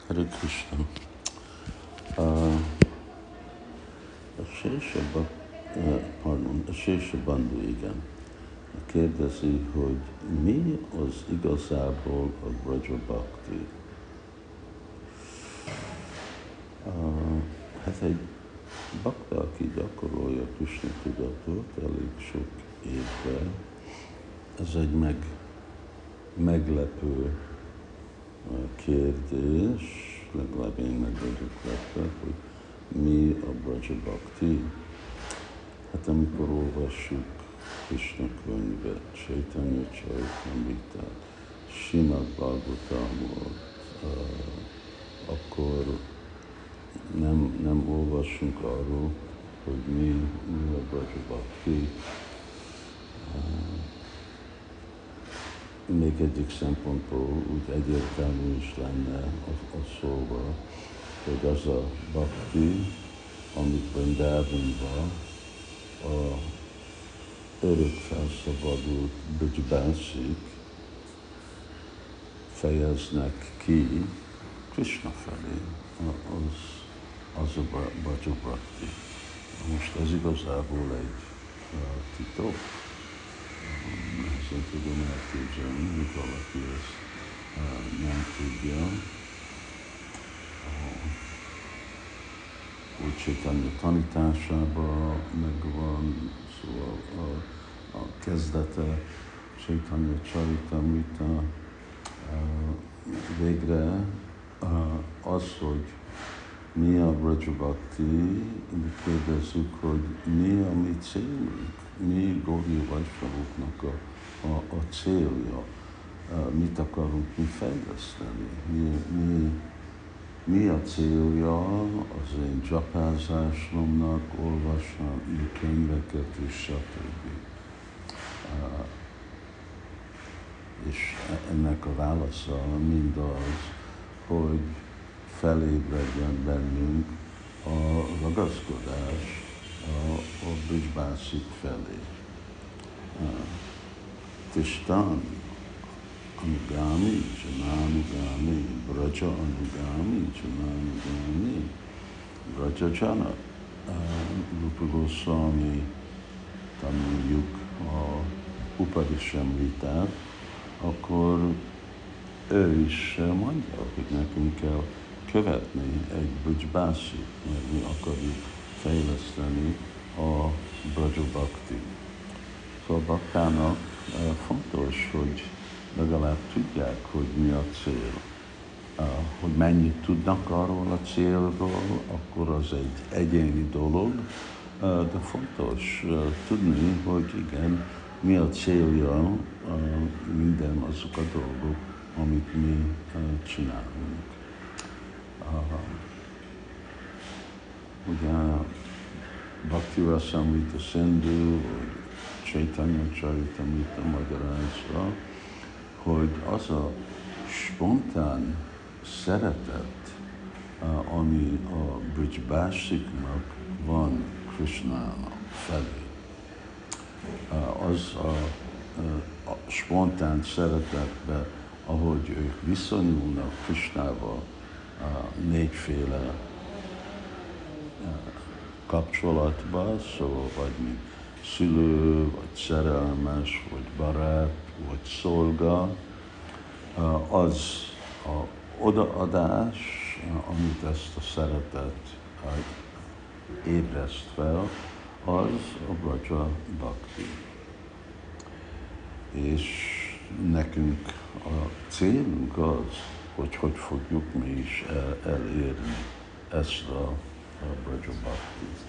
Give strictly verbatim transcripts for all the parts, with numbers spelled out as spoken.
Hare Krishna. Uh, a Sesa, uh, pardon, a Sesa Bandhu, igen, kérdezi, hogy mi az igazából a Braja Bhakti. Uh, hát egy bakta, aki gyakorolja Krishna tudatot elég sok évre, ez egy meg, meglepő kérdés, legalább én meg vagyok lepve, hogy mi a Braja Bhakti. Hát amikor olvassuk Krishna könyvet, Chaitanya Charitamrita, Srimad Bhagavatamot, uh, akkor nem, nem olvassunk arról, hogy mi, mi a Braja Bhakti. Uh, még egyik szempontból úgy egyértelmű is lenne a, a szóval, hogy az a bhakti, amit Vrindávonban a örök felszabadult Brijbásik fejeznek ki Krishna felé, az, az a Braja Bhakti. Most ez igazából egy uh, titok, nehezen tudom elképzelni, hogy valaki ezt uh, nem tudja. Úgy Chaitanya tanításában megvan, szóval a, a kezdete, Chaitanya Charitamrita, uh, végre uh, az, hogy mi a Braja Bhakti, kérdezzük, hogy mi a mi célunk, mi Gaudiya Vaishnavoknak a, a, a célja, uh, mit akarunk mi fejleszteni, mi, mi, mi a célja az én dzsapázásomnak, olvasni könyveket és stb. Uh, és ennek a válasza mindaz, hogy felébredjen bennünk a ragaszkodás a, a Brijbásik felé. Uh, Tistan Anugami, Jananugami, Braja Anugami, Jananugami, Braja Jana. Rupa Goswami tanuljuk a Upadishamritát, akkor ő is mondja, hogy nekünk kell követni egy Brijbásik, mert mi akarjuk fejleszteni a Braja Bhakti. Szóval a baktának fontos, hogy legalább tudják, hogy mi a cél. Hogy mennyit tudnak arról a célról, akkor az egy egyéni dolog, de fontos tudni, hogy igen, mi a célja minden azok a dolgok, amit mi csinálunk. Ugye Bhakti Rasamrita Sindhu, vagy Chaitanya Charitamrita magyarázza, hogy az a spontán szeretet, ami a Brijbásiknak van Krishnának felé, az a, a spontán szeretetben, ahogy ők viszonyulnak Krishnával, négyféle kapcsolatban, szóval vagy mint szülő, vagy szerelmes, vagy barát, vagy szolga, az a odaadás, amit ezt a szeretet ébreszt fel, az a Braja Bhakti. És nekünk a célunk az, hogy hogy fogjuk mi is el, elérni ezt a, a Braja Bhakti.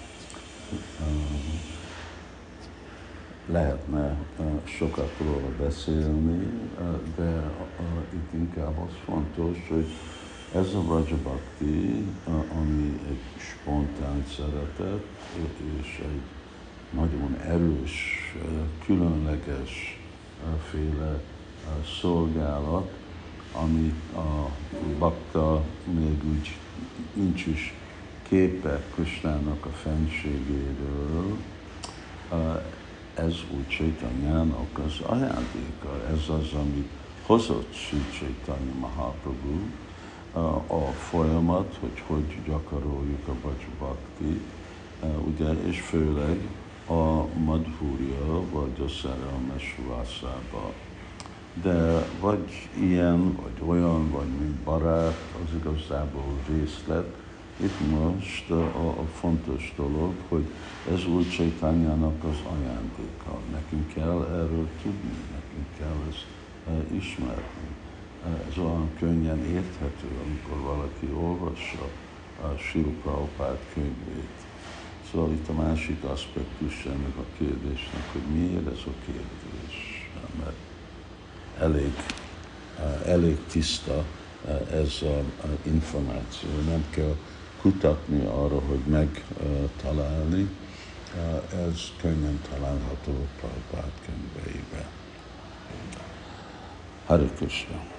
Lehetne sokat róla beszélni, de itt inkább az fontos, hogy ez a Braja Bhakti, ami egy spontán szeretet, és egy nagyon erős, különleges féle szolgálat, amit a bakta még úgy nincs is képe Krishnának a fenségéről, ez úgy Chaitanyának az ajándéka, ez az, amit hozott Sri Chaitanya Mahaprabhu, a folyamat, hogy hogy gyakoroljuk a Bhaja Bhaktit, ugye, és főleg a Madhurya, vagy a szerelmes vászába. De vagy ilyen, vagy olyan, vagy mint barát, az igazából részlet. Itt most a, a fontos dolog, hogy ez Úr Chaitanyának az ajándéka. Nekünk kell erről tudni, nekünk kell ezt e, ismerni. Ez olyan könnyen érthető, amikor valaki olvassa a Srila Prabhupád könyvét. Szóval itt a másik aspektus ennek a kérdésnek, hogy miért ez a kérdés, mert elég, elég tiszta ez az információ, nem kell kutatni arra, hogy megtalálni, ez könnyen található Prabhupád könyveiben. Hare Krishna.